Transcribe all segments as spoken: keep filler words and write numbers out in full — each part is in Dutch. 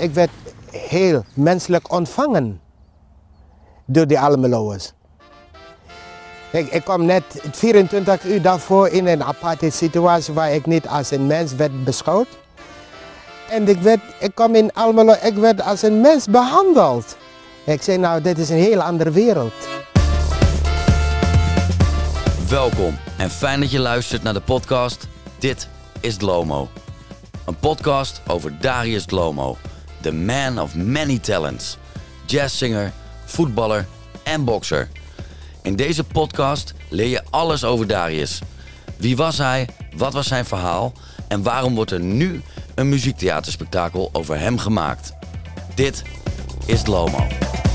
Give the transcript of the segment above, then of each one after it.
ik werd heel menselijk ontvangen door die Almeloers. Ik, ik kwam net vierentwintig uur daarvoor in een aparte situatie waar ik niet als een mens werd beschouwd. En ik, werd, ik kwam in Almelo, ik werd als een mens behandeld. Ik zei, nou, dit is een heel andere wereld. Welkom en fijn dat je luistert naar de podcast Dit is Dlomo. Een podcast over Darius Dlomo, the man of many talents. Jazzzanger, voetballer en bokser. In deze podcast leer je alles over Darius. Wie was hij, wat was zijn verhaal en waarom wordt er nu een muziektheaterspektakel over hem gemaakt? Dit is Dlomo.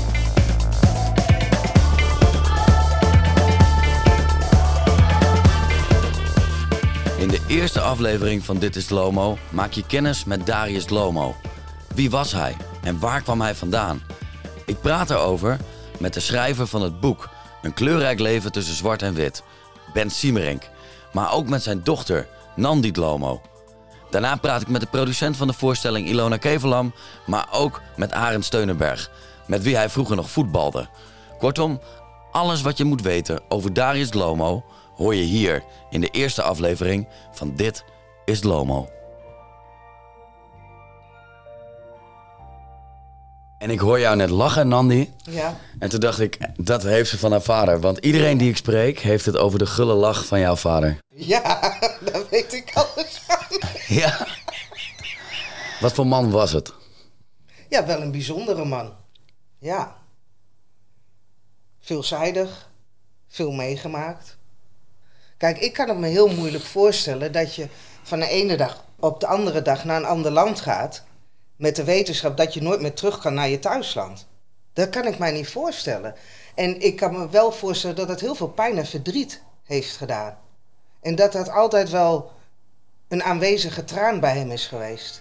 In de eerste aflevering van Dit is Dlomo maak je kennis met Darius Dlomo. Wie was hij en waar kwam hij vandaan? Ik praat erover met de schrijver van het boek Een kleurrijk leven tussen zwart en wit, Ben Siemerink. Maar ook met zijn dochter, Nandi Dlomo. Daarna praat ik met de producent van de voorstelling Ilona Kevelam, maar ook met Arend Steunenberg, met wie hij vroeger nog voetbalde. Kortom, alles wat je moet weten over Darius Dlomo hoor je hier in de eerste aflevering van Dit is Dlomo. En ik hoor jou net lachen, Nandi. Ja. En toen dacht ik, dat heeft ze van haar vader. Want iedereen die ik spreek heeft het over de gulle lach van jouw vader. Ja, daar weet ik alles van. Ja. Wat voor man was het? Ja, wel een bijzondere man. Ja. Veelzijdig. Veel meegemaakt. Kijk, ik kan het me heel moeilijk voorstellen dat je van de ene dag op de andere dag naar een ander land gaat met de wetenschap dat je nooit meer terug kan naar je thuisland. Dat kan ik mij niet voorstellen. En ik kan me wel voorstellen dat het heel veel pijn en verdriet heeft gedaan. En dat dat altijd wel een aanwezige traan bij hem is geweest.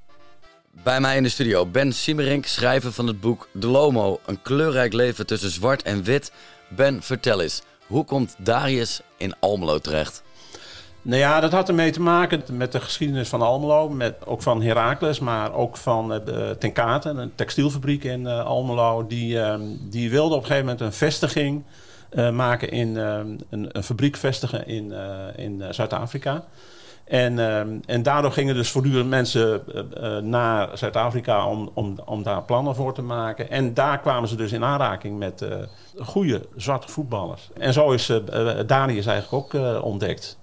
Bij mij in de studio Ben Siemerink, schrijver van het boek Dlomo, een kleurrijk leven tussen zwart en wit. Ben, vertel eens, hoe komt Darius in Almelo terecht? Nou ja, dat had ermee te maken met de geschiedenis van Almelo, met, ook van Heracles, maar ook van uh, Ten Katen, een textielfabriek in uh, Almelo. Die, uh, die wilde op een gegeven moment een vestiging uh, maken, in, uh, een, een fabriek vestigen in, uh, in uh, Zuid-Afrika. En, uh, en daardoor gingen dus voortdurend mensen uh, uh, naar Zuid-Afrika om, om, om daar plannen voor te maken. En daar kwamen ze dus in aanraking met uh, goede zwarte voetballers. En zo is uh, uh, Darius eigenlijk ook uh, ontdekt.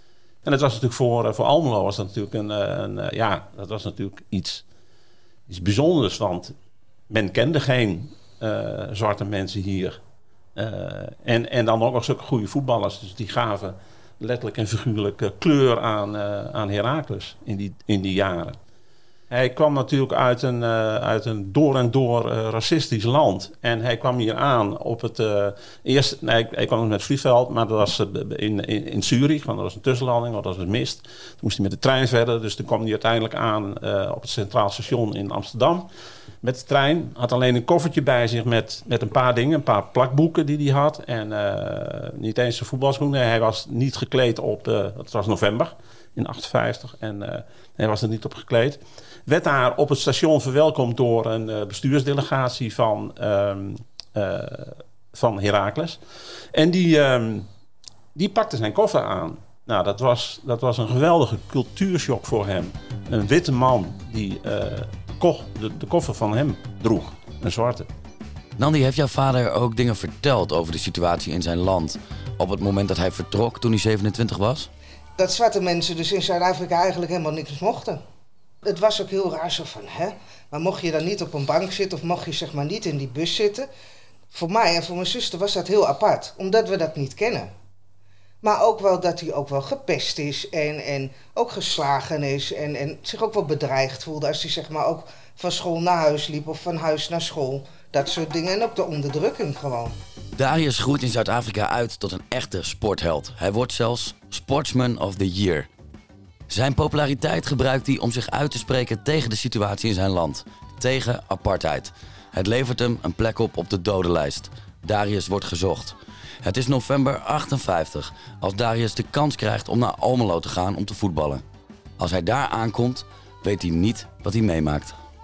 En dat was natuurlijk voor, voor Almelo was dat natuurlijk een, een, ja, dat was natuurlijk iets, iets bijzonders, want men kende geen uh, zwarte mensen hier. Uh, en, en dan ook nog zulke goede voetballers, dus die gaven letterlijk en figuurlijk uh, kleur aan, uh, aan Heracles in die, in die jaren. Hij kwam natuurlijk uit een, uh, uit een door en door uh, racistisch land. En hij kwam hier aan op het... Uh, eerst, nee, hij kwam met het vliegveld, maar dat was uh, in, in, in Zurich. Want dat was een tussenlanding, want dat was mist. Toen moest hij met de trein verder. Dus toen kwam hij uiteindelijk aan uh, op het Centraal Station in Amsterdam. Met de trein. Had alleen een koffertje bij zich met, met een paar dingen. Een paar plakboeken die hij had. En uh, niet eens zijn voetbalschoenen. Hij was niet gekleed op... Uh, het was november in achtenvijftig. En uh, hij was er niet op gekleed. Werd daar op het station verwelkomd door een uh, bestuursdelegatie van, um, uh, van Heracles. En die, um, die pakte zijn koffer aan. Nou, dat was, dat was een geweldige cultuurshock voor hem. Een witte man die uh, ko- de, de koffer van hem droeg, een zwarte. Nandi, heeft jouw vader ook dingen verteld over de situatie in zijn land op het moment dat hij vertrok toen hij zevenentwintig was? Dat zwarte mensen dus in Zuid-Afrika eigenlijk helemaal niks mochten. Het was ook heel raar zo van, hè? Maar mocht je dan niet op een bank zitten of mocht je zeg maar niet in die bus zitten? Voor mij en voor mijn zuster was dat heel apart, omdat we dat niet kennen. Maar ook wel dat hij ook wel gepest is en, en ook geslagen is en, en zich ook wel bedreigd voelde als hij zeg maar ook van school naar huis liep of van huis naar school. Dat soort dingen en ook de onderdrukking gewoon. Darius groeit in Zuid-Afrika uit tot een echte sportheld. Hij wordt zelfs Sportsman of the Year. Zijn populariteit gebruikt hij om zich uit te spreken tegen de situatie in zijn land. Tegen apartheid. Het levert hem een plek op op de dodenlijst. Darius wordt gezocht. Het is november achtenvijftig als Darius de kans krijgt om naar Almelo te gaan om te voetballen. Als hij daar aankomt, weet hij niet wat hij meemaakt.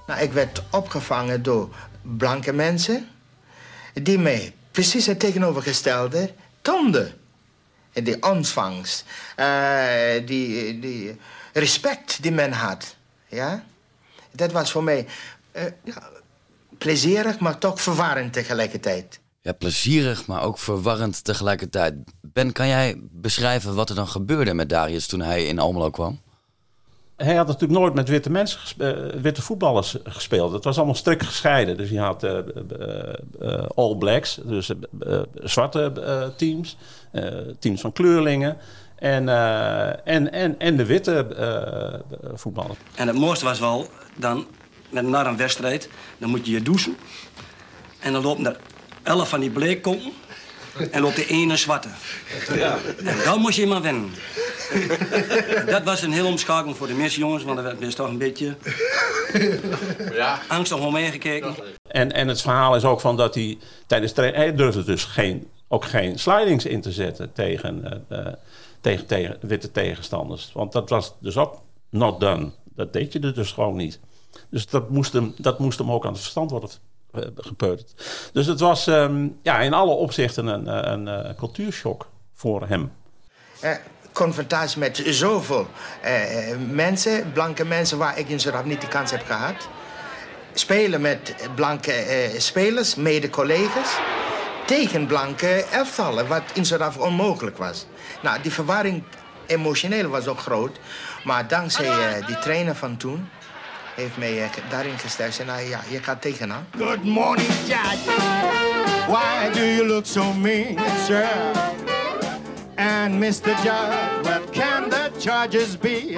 Nou, ik werd opgevangen door blanke mensen die mij precies het tegenovergestelde toonden. Die ontvangst, uh, die, die respect die men had. Ja? Dat was voor mij uh, ja, plezierig, maar toch verwarrend tegelijkertijd. Ja, plezierig, maar ook verwarrend tegelijkertijd. Ben, kan jij beschrijven wat er dan gebeurde met Darius toen hij in Almelo kwam? Hij had natuurlijk nooit met witte mensen, gespe- witte voetballers gespeeld. Het was allemaal strikt gescheiden. Dus je had uh, uh, uh, All Blacks, dus uh, uh, zwarte uh, teams, uh, teams van kleurlingen en, uh, en, en, en de witte uh, voetballers. En het mooiste was wel, dan met na een wedstrijd, dan moet je je douchen. En dan lopen er elf van die bleekkompen en loopt de ene zwarte. Ja. En dan moest je maar wennen. Dat was een heel omschakeling voor de meeste jongens, want er werd dus toch een beetje ja. angstig om meegekeken. En, en het verhaal is ook van dat hij tijdens tra- hij durfde dus geen, ook geen slidings in te zetten tegen, uh, tegen, tegen witte tegenstanders. Want dat was dus ook not done. Dat deed je er dus gewoon niet. Dus dat moest hem, dat moest hem ook aan het verstand worden uh, gepeuterd. Dus het was um, ja, in alle opzichten een, een, een cultuurshock voor hem. Uh. Confrontatie met zoveel uh, mensen, blanke mensen, waar ik in Zuid-Afrika niet de kans heb gehad. Spelen met blanke uh, spelers, mede-collega's, tegen blanke elftallen, wat in Zuid-Afrika onmogelijk was. Nou, die verwarring emotioneel was ook groot, maar dankzij uh, die trainer van toen heeft mij uh, daarin gesterkt. En nou ja, je gaat tegenaan. Good morning, Judge. Why do you look so mean, sir? And Mister Judge, what can the charges be?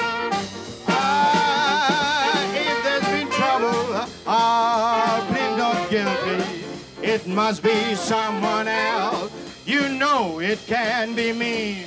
Ah, if there's been trouble, I'll plead not guilty. It must be someone else. You know it can be me.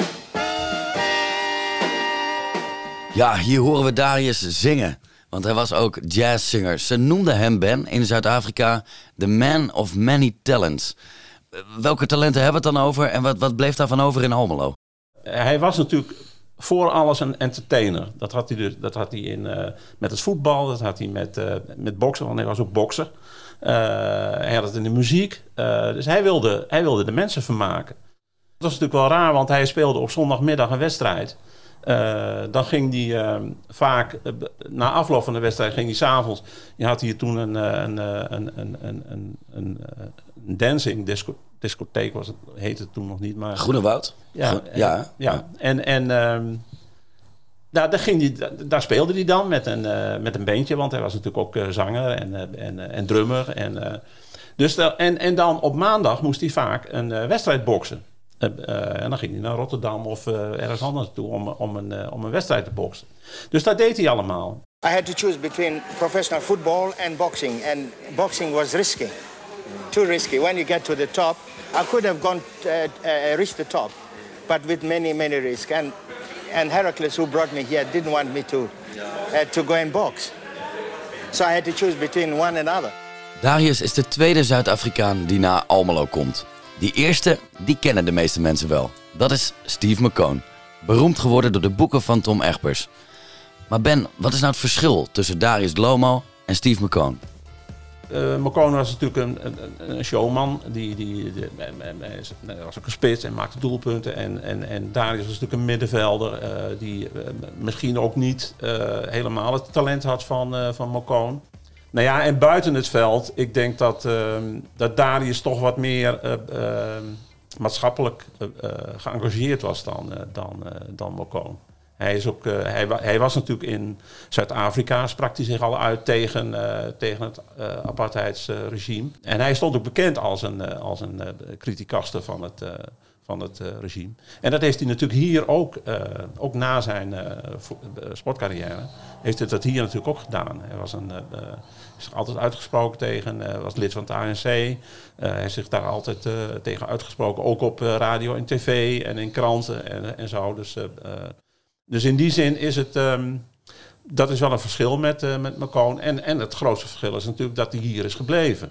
Ja, hier horen we Darius zingen. Want hij was ook jazzzanger. Ze noemden hem, Ben, in Zuid-Afrika, the man of many talents. Welke talenten hebben we het dan over en wat, wat bleef daarvan over in Almelo? Hij was natuurlijk voor alles een entertainer. Dat had hij, dus, dat had hij in, uh, met het voetbal, dat had hij met, uh, met boksen, want hij was ook bokser. Uh, hij had het in de muziek. Uh, dus hij wilde, hij wilde de mensen vermaken. Dat was natuurlijk wel raar, want hij speelde op zondagmiddag een wedstrijd. Uh, dan ging hij uh, vaak, uh, na afloop van de wedstrijd, ging hij 's avonds. Je had hier toen een, een, een, een, een, een, een, een dancing disco, discotheek, was het, heette het toen nog niet. Maar, Groenewoud? Ja, Gro- ja, ja, ja. En, en um, daar, daar, ging hij, daar speelde hij dan met een, uh, met een bandje, want hij was natuurlijk ook uh, zanger en, uh, en, uh, en drummer. En, uh, dus de, en, en dan op maandag moest hij vaak een uh, wedstrijd boksen. Uh, uh, en dan ging hij naar Rotterdam of uh, ergens anders toe om, om, een, uh, om een wedstrijd te boksen. Dus dat deed hij allemaal. I had to choose between professional football and boxing, and boxing was risky, too risky. When you get to the top, I could have gone uh, uh, reached the top, but with many many risks. And and Heracles, who brought me here, didn't want me to uh, to go and box. So I had to choose between one and other. Darius is de tweede Zuid-Afrikaan die naar Almelo komt. Die eerste, die kennen de meeste mensen wel. Dat is Steve McCone. Beroemd geworden door de boeken van Tom Egbers. Maar Ben, wat is nou het verschil tussen Darius Lomo en Steve McCone? Uh, McCone was natuurlijk een, een, een showman. Die, die, die, hij was ook een spits en maakte doelpunten. En, en, en Darius was natuurlijk een middenvelder. Uh, die uh, misschien ook niet uh, helemaal het talent had van, uh, van McCone. Nou ja, en buiten het veld, ik denk dat, uh, dat Darius toch wat meer uh, uh, maatschappelijk uh, uh, geëngageerd was dan, uh, dan, uh, dan McCone. Hij, is ook, uh, hij, hij was natuurlijk in Zuid-Afrika, sprak hij zich al uit tegen, uh, tegen het uh, apartheidsregime. En hij stond ook bekend als een, uh, als een uh, criticaster van het, uh, van het uh, regime. En dat heeft hij natuurlijk hier ook, uh, ook na zijn uh, vo- uh, sportcarrière, heeft hij dat hier natuurlijk ook gedaan. Hij was een, uh, is zich altijd uitgesproken tegen, uh, was lid van het A N C. Uh, hij heeft zich daar altijd uh, tegen uitgesproken, ook op uh, radio en tv en in kranten en, en zo. Dus... Uh, uh, Dus in die zin is het, um, dat is wel een verschil met, uh, met McCone. En, en het grootste verschil is natuurlijk dat hij hier is gebleven.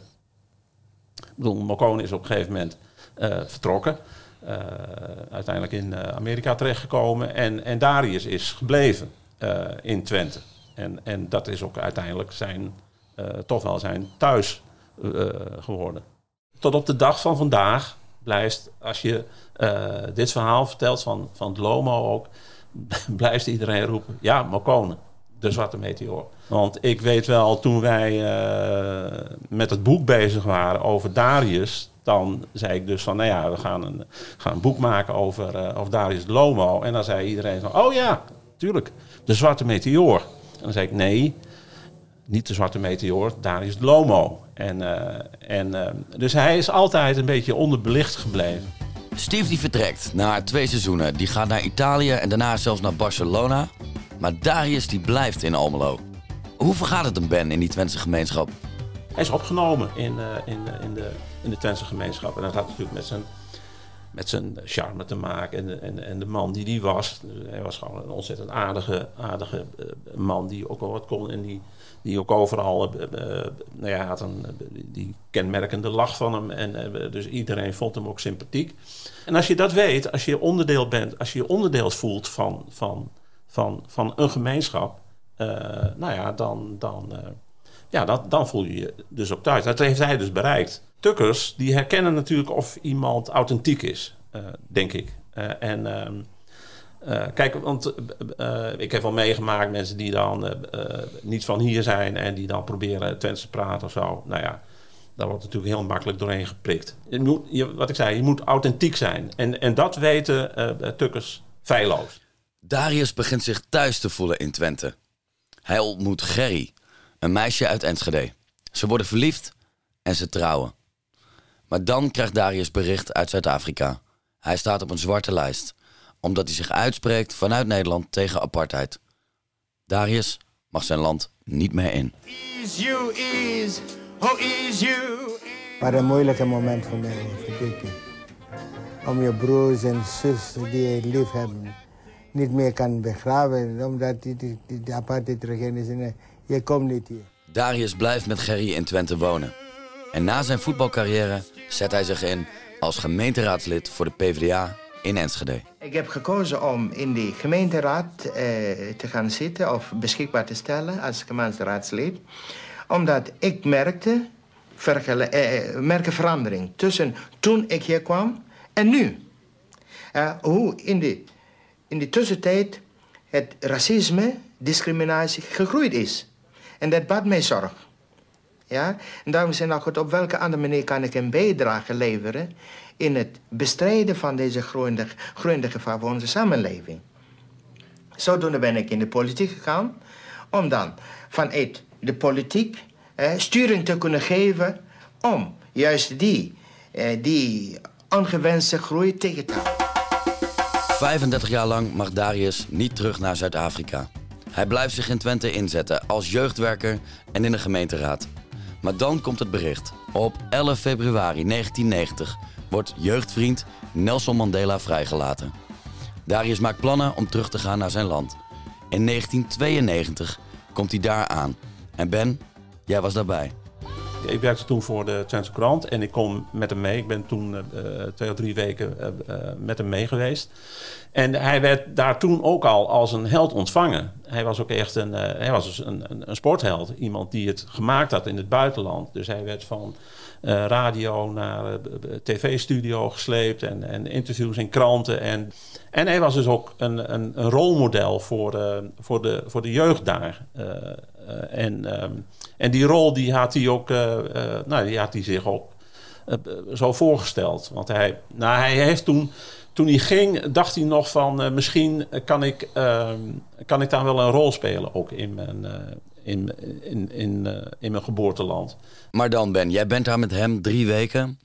Ik bedoel, McCone is op een gegeven moment uh, vertrokken. Uh, uiteindelijk in uh, Amerika terechtgekomen. En, en Darius is gebleven uh, in Twente. En, en dat is ook uiteindelijk zijn, uh, toch wel zijn thuis uh, geworden. Tot op de dag van vandaag blijft, als je uh, dit verhaal vertelt van, van het Lomo ook, blijft iedereen roepen, ja, Mokone, de zwarte meteoor. Want ik weet wel, toen wij uh, met het boek bezig waren over Darius, dan zei ik dus van, nou ja, we gaan een, gaan een boek maken over, uh, over Darius Lomo. En dan zei iedereen van, oh ja, tuurlijk, de zwarte meteoor. En dan zei ik, nee, niet de zwarte meteoor, Darius Lomo. En, uh, en, uh, dus hij is altijd een beetje onderbelicht gebleven. Steve die vertrekt na twee seizoenen. Die gaat naar Italië en daarna zelfs naar Barcelona. Maar Darius die blijft in Almelo. Hoe vergaat het hem, Ben, in die Twentse gemeenschap? Hij is opgenomen in, uh, in, in, de, in de Twentse gemeenschap. En dat had natuurlijk met zijn, met zijn charme te maken. En de, en, en de man die die was. Hij was gewoon een ontzettend aardige, aardige uh, man die ook al wat kon. En die, die ook overal, uh, uh, nou ja, had een, uh, die kenmerkende lach van hem. En uh, dus iedereen vond hem ook sympathiek. En als je dat weet, als je onderdeel bent, als je je onderdeel voelt van, van, van, van een gemeenschap. Uh, nou ja, dan... dan uh, Ja, dat, dan voel je je dus ook thuis. Dat heeft hij dus bereikt. Tukkers, die herkennen natuurlijk of iemand authentiek is, uh, denk ik. Uh, en uh, uh, kijk, want uh, ik heb wel meegemaakt mensen die dan uh, uh, niet van hier zijn en die dan proberen Twents te praten of zo. Nou ja, daar wordt natuurlijk heel makkelijk doorheen geprikt. Je moet, je, wat ik zei, je moet authentiek zijn. En, en dat weten uh, Tukkers feilloos. Darius begint zich thuis te voelen in Twente. Hij ontmoet Gerry, een meisje uit Enschede. Ze worden verliefd en ze trouwen. Maar dan krijgt Darius bericht uit Zuid-Afrika. Hij staat op een zwarte lijst, omdat hij zich uitspreekt vanuit Nederland tegen apartheid. Darius mag zijn land niet meer in. Is you is, oh is you. Maar een moeilijke moment voor mij, vergeet je. Om je broers en zussen die je lief hebben niet meer kan begraven, omdat die, die, die, die apartheidregering is en je komt niet hier. Darius blijft met Gerry in Twente wonen. En na zijn voetbalcarrière zet hij zich in als gemeenteraadslid voor de P v d A in Enschede. Ik heb gekozen om in die gemeenteraad uh, te gaan zitten of beschikbaar te stellen als gemeenteraadslid. Omdat ik merkte, vergele- uh, merkte verandering tussen toen ik hier kwam en nu. Uh, hoe in die, in die tussentijd het racisme, discriminatie gegroeid is. En dat baart mij zorg. Ja? En daarom is het nou goed, op welke andere manier kan ik een bijdrage leveren in het bestrijden van deze groeiende, groeiende gevaar voor onze samenleving. Zodoende ben ik in de politiek gegaan, om dan vanuit de politiek eh, sturing te kunnen geven om juist die, eh, die ongewenste groei tegen te houden. vijfendertig jaar lang mag Darius niet terug naar Zuid-Afrika. Hij blijft zich in Twente inzetten als jeugdwerker en in de gemeenteraad. Maar dan komt het bericht. Op elf februari negentien negentig wordt jeugdvriend Nelson Mandela vrijgelaten. Darius maakt plannen om terug te gaan naar zijn land. In negentien tweeënnegentig komt hij daar aan. En Ben, jij was daarbij. Ik werkte toen voor de Twentse Krant en ik kon met hem mee. Ik ben toen uh, twee of drie weken uh, uh, met hem mee geweest. En hij werd daar toen ook al als een held ontvangen. Hij was ook echt een, uh, hij was dus een, een, een sportheld. Iemand die het gemaakt had in het buitenland. Dus hij werd van uh, radio naar uh, tv-studio gesleept en, en interviews in kranten. En, en hij was dus ook een, een, een rolmodel voor, uh, voor, de, voor de jeugd daar. Uh, uh, en, um, en die rol die had hij ook, uh, uh, nou, die had hij zich ook uh, zo voorgesteld. Want hij, nou, hij heeft toen, toen hij ging, dacht hij nog van uh, misschien kan ik, uh, kan ik daar wel een rol spelen ook in mijn, uh, in, in, in, uh, in mijn geboorteland. Maar dan Ben, jij bent daar met hem drie weken.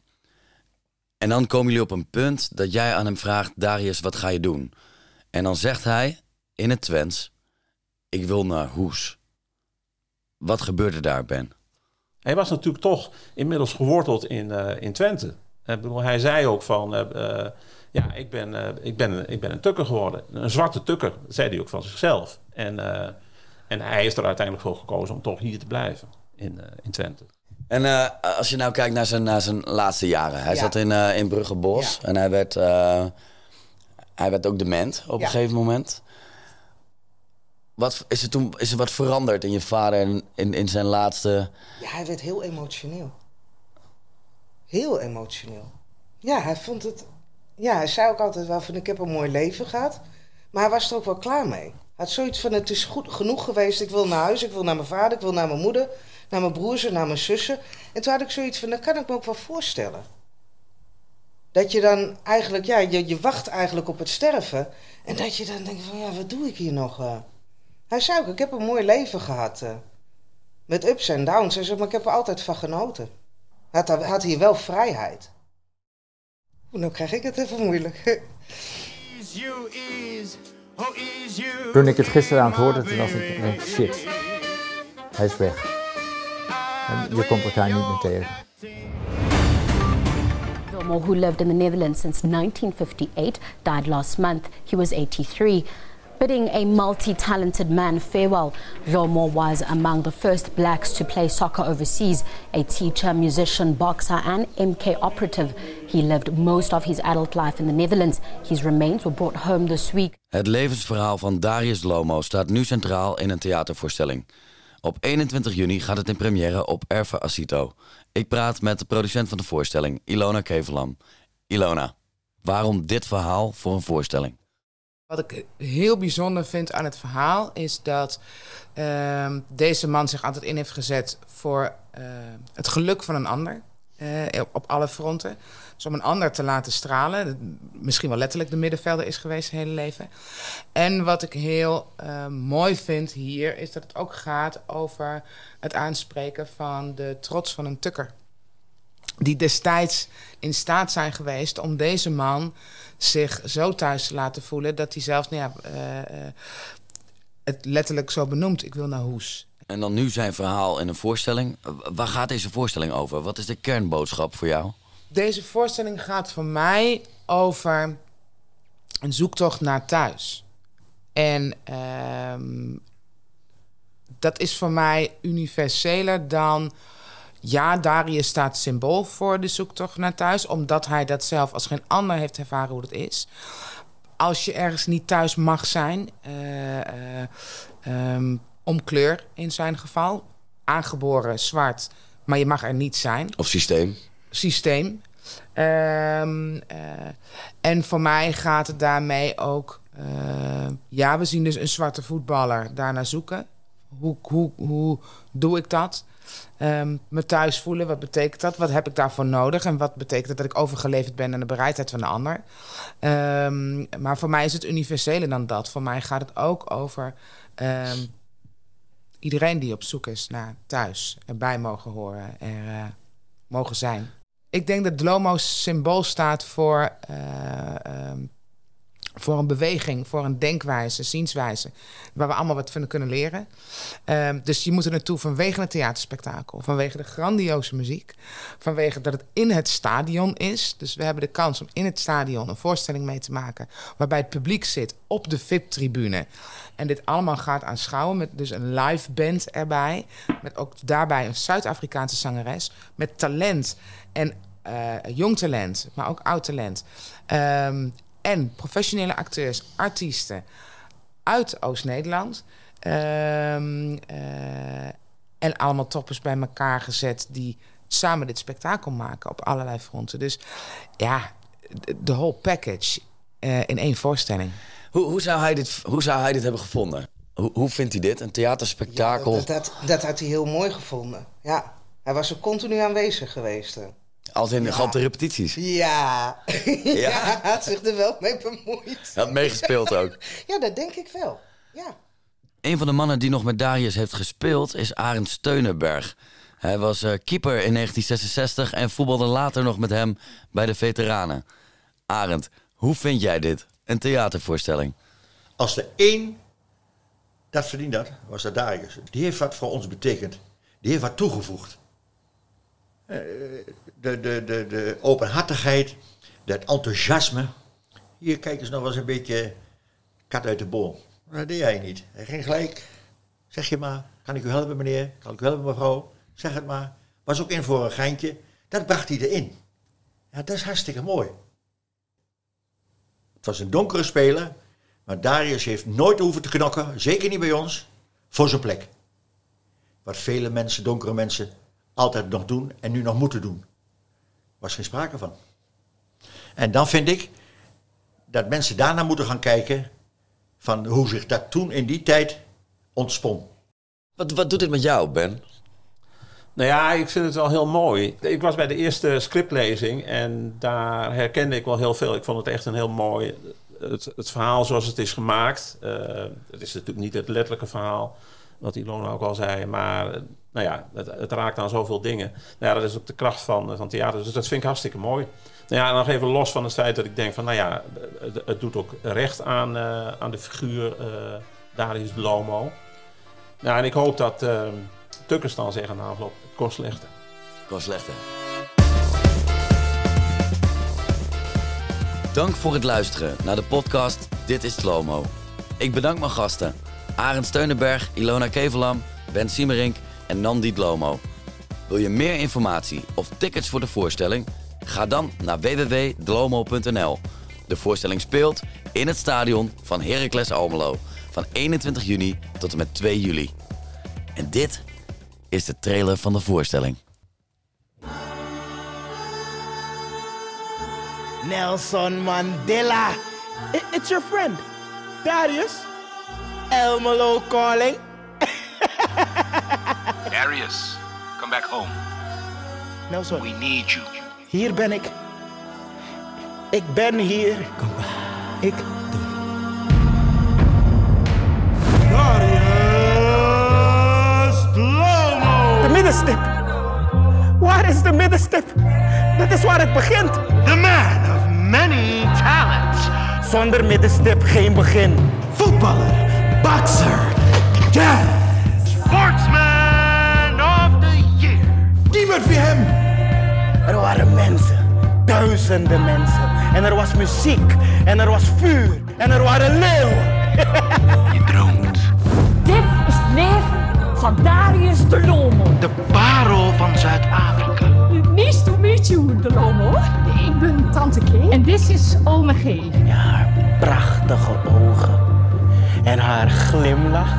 En dan komen jullie op een punt dat jij aan hem vraagt, Darius, wat ga je doen? En dan zegt hij in het Twents, ik wil naar Hoes. Wat gebeurde daar, Ben? Hij was natuurlijk toch inmiddels geworteld in, uh, in Twente. Ik bedoel, hij zei ook van, uh, uh, ja, ik ben, uh, ik, ben, ik ben een tukker geworden. Een zwarte tukker, dat zei hij ook van zichzelf. En, uh, en hij heeft er uiteindelijk voor gekozen om toch hier te blijven in, uh, in Twente. En uh, als je nou kijkt naar zijn, naar zijn laatste jaren. Hij Ja. zat in, uh, in Bruggebos Ja. en hij werd, uh, hij werd ook dement op Ja. een gegeven moment. Wat, is, er toen, is er wat veranderd in je vader in, in, in zijn laatste... Ja, hij werd heel emotioneel. Heel emotioneel. Ja, hij vond het... Ja, hij zei ook altijd wel van, ik heb een mooi leven gehad. Maar hij was er ook wel klaar mee. Hij had zoiets van, het is goed genoeg geweest. Ik wil naar huis, ik wil naar mijn vader, ik wil naar mijn moeder... naar mijn broers en naar mijn zussen. En toen had ik zoiets van, dat kan ik me ook wel voorstellen. Dat je dan eigenlijk, ja, je, je wacht eigenlijk op het sterven. En dat je dan denkt van, ja, wat doe ik hier nog? Uh? Hij zei ook, ik heb een mooi leven gehad. Uh, met ups en downs. Hij zei, maar ik heb er altijd van genoten. Hij had, had hier wel vrijheid. Oeh, nou krijg ik het even moeilijk. Toen ik het gisteren aan het hoorde, toen was ik, denk, shit. Hij is weg. En je komt elkaar niet meer tegen. Lomo, who lived in the Netherlands since nineteen fifty-eight, died last month. He was eighty-three. Bidding a multi-talented man farewell, Lomo was among the first blacks to play soccer overseas, a teacher, musician, boxer and M K operative. He lived most of his adult life in the Netherlands. His remains were brought home this week. Het levensverhaal van Darius Lomo staat nu centraal in een theatervoorstelling. Op eenentwintig juni gaat het in première op Erve Acito. Ik praat met de producent van de voorstelling, Ilona Kevelam. Ilona, waarom dit verhaal voor een voorstelling? Wat ik heel bijzonder vind aan het verhaal is dat uh, deze man zich altijd in heeft gezet voor uh, het geluk van een ander. Uh, op alle fronten. Dus om een ander te laten stralen. Misschien wel letterlijk de middenvelder is geweest zijn hele leven. En wat ik heel uh, mooi vind hier is dat het ook gaat over het aanspreken van de trots van een tukker. Die destijds in staat zijn geweest om deze man zich zo thuis te laten voelen dat hij zelfs, nou ja, uh, uh, het letterlijk zo benoemt. Ik wil naar Hoes. En dan nu zijn verhaal in een voorstelling. Waar gaat deze voorstelling over? Wat is de kernboodschap voor jou? Deze voorstelling gaat voor mij over een zoektocht naar thuis. En uh, dat is voor mij universeler dan... Ja, Darius staat symbool voor de zoektocht naar thuis, omdat hij dat zelf als geen ander heeft ervaren hoe dat is. Als je ergens niet thuis mag zijn, uh, uh, um, om kleur in zijn geval, aangeboren zwart, maar je mag er niet zijn. Of systeem. Systeem. Um, uh, en voor mij gaat het daarmee ook... Uh, ja, we zien dus een zwarte voetballer daarnaar zoeken. Hoe, hoe, hoe doe ik dat? Um, me thuis voelen, wat betekent dat? Wat heb ik daarvoor nodig? En wat betekent het dat ik overgeleverd ben aan de bereidheid van de ander? Um, maar voor mij is het universeler dan dat. Voor mij gaat het ook over um, iedereen die op zoek is naar thuis. Erbij mogen horen, er uh, mogen zijn. Ik denk dat Lomo symbool staat voor... Uh, um, voor een beweging, voor een denkwijze, zienswijze... waar we allemaal wat van kunnen leren. Um, dus je moet er naartoe vanwege het theaterspektakel... vanwege de grandioze muziek... vanwege dat het in het stadion is. Dus we hebben de kans om in het stadion een voorstelling mee te maken... waarbij het publiek zit op de V I P-tribune... en dit allemaal gaat aanschouwen met dus een live band erbij... met ook daarbij een Zuid-Afrikaanse zangeres... met talent en uh, jong talent, maar ook oud talent... Um, En professionele acteurs, artiesten uit Oost-Nederland. Um, uh, en allemaal toppers bij elkaar gezet die samen dit spektakel maken op allerlei fronten. Dus ja, de whole package uh, in één voorstelling. Hoe, hoe, zou hij dit, hoe zou hij dit hebben gevonden? Hoe, hoe vindt hij dit? Een theaterspektakel? Ja, dat, dat, dat had hij heel mooi gevonden. Ja, hij was er continu aanwezig geweest. Hè. Als in de ja. grote repetities? Ja. ja. ja, hij had zich er wel mee bemoeid. Hij had meegespeeld ook? Ja, dat denk ik wel. Ja. Een van de mannen die nog met Darius heeft gespeeld is Arend Steunenberg. Hij was uh, keeper in negentien zesenzestig en voetbalde later nog met hem bij de veteranen. Arend, hoe vind jij dit? Een theatervoorstelling? Als er één dat verdiend had, was dat Darius. Die heeft wat voor ons betekend. Die heeft wat toegevoegd. De, de, de, de openhartigheid, dat enthousiasme. Hier, kijk eens nog wel eens een beetje kat uit de boom. Dat deed hij niet. Hij ging gelijk. Zeg je maar, kan ik u helpen meneer? Kan ik u helpen mevrouw? Zeg het maar. Was ook in voor een geintje. Dat bracht hij erin. Ja, dat is hartstikke mooi. Het was een donkere speler, Maar Darius heeft nooit hoeven te knokken, zeker niet bij ons, voor zijn plek. Wat vele mensen, donkere mensen, altijd nog doen en nu nog moeten doen. Was geen sprake van. En dan vind ik dat mensen daarna moeten gaan kijken van hoe zich dat toen in die tijd ontspon. Wat, wat doet dit met jou, Ben? Nou ja, ik vind het wel heel mooi. Ik was bij de eerste scriptlezing en daar herkende ik wel heel veel. Ik vond het echt een heel mooi... Het, het verhaal zoals het is gemaakt. Uh, het is natuurlijk niet het letterlijke verhaal, wat Ilona ook al zei. Maar uh, nou ja, het, het raakt aan zoveel dingen. Nou ja, dat is ook de kracht van, van theater. Dus dat vind ik hartstikke mooi. Nou ja, en nog even los van het feit dat ik denk van... Nou ja, het, het doet ook recht aan, uh, aan de figuur uh, Darius de Lomo. Nou, en ik hoop dat uh, Tukkers dan zeggen na afloop, het kon slechter. Het kon slechter. Dank voor het luisteren naar de podcast Dit is Lomo. Ik bedank mijn gasten. Arend Steunenberg, Ilona Kevelam, Ben Siemerink en Nandi Lomo. Wil je meer informatie of tickets voor de voorstelling? Ga dan naar w w w punt dlomo punt n l. De voorstelling speelt in het stadion van Heracles Almelo van eenentwintig juni tot en met twee juli. En dit is de trailer van de voorstelling. Nelson Mandela. I- it's your friend, Darius. Almelo calling. Darius, come back home. Nelson. We need you. Hier ben ik. Ik ben hier. Kom maar. Ik doe. Darius Lomo. De middenstip. Waar is de middenstip? Dat is waar het begint. The man of many talents. Zonder middenstip geen begin. Voetballer, bokser, jazz. Sportsman of the year. Niemand wie hem. Er waren mensen, duizenden mensen. En er was muziek, en er was vuur, en er waren leeuwen. Je droomt. Dit is het leven van Darius de Lomo. De parel van Zuid-Afrika. Nice to meet you, de Lomo. Ik ben Tante K. En dit is Ome G. Ja, haar prachtige ogen. En haar glimlach.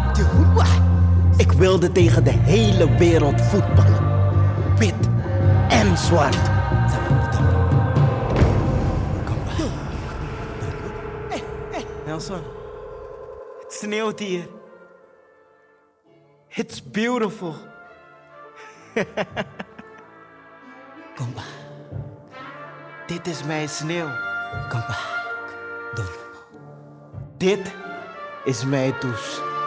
Ik wilde tegen de hele wereld voetballen. Wit en zwart. Hey, hey. Nelson, het sneeuwt hier. It's beautiful. Kom maar. Dit is mijn sneeuw. Kom maar. Dit is mijn douche.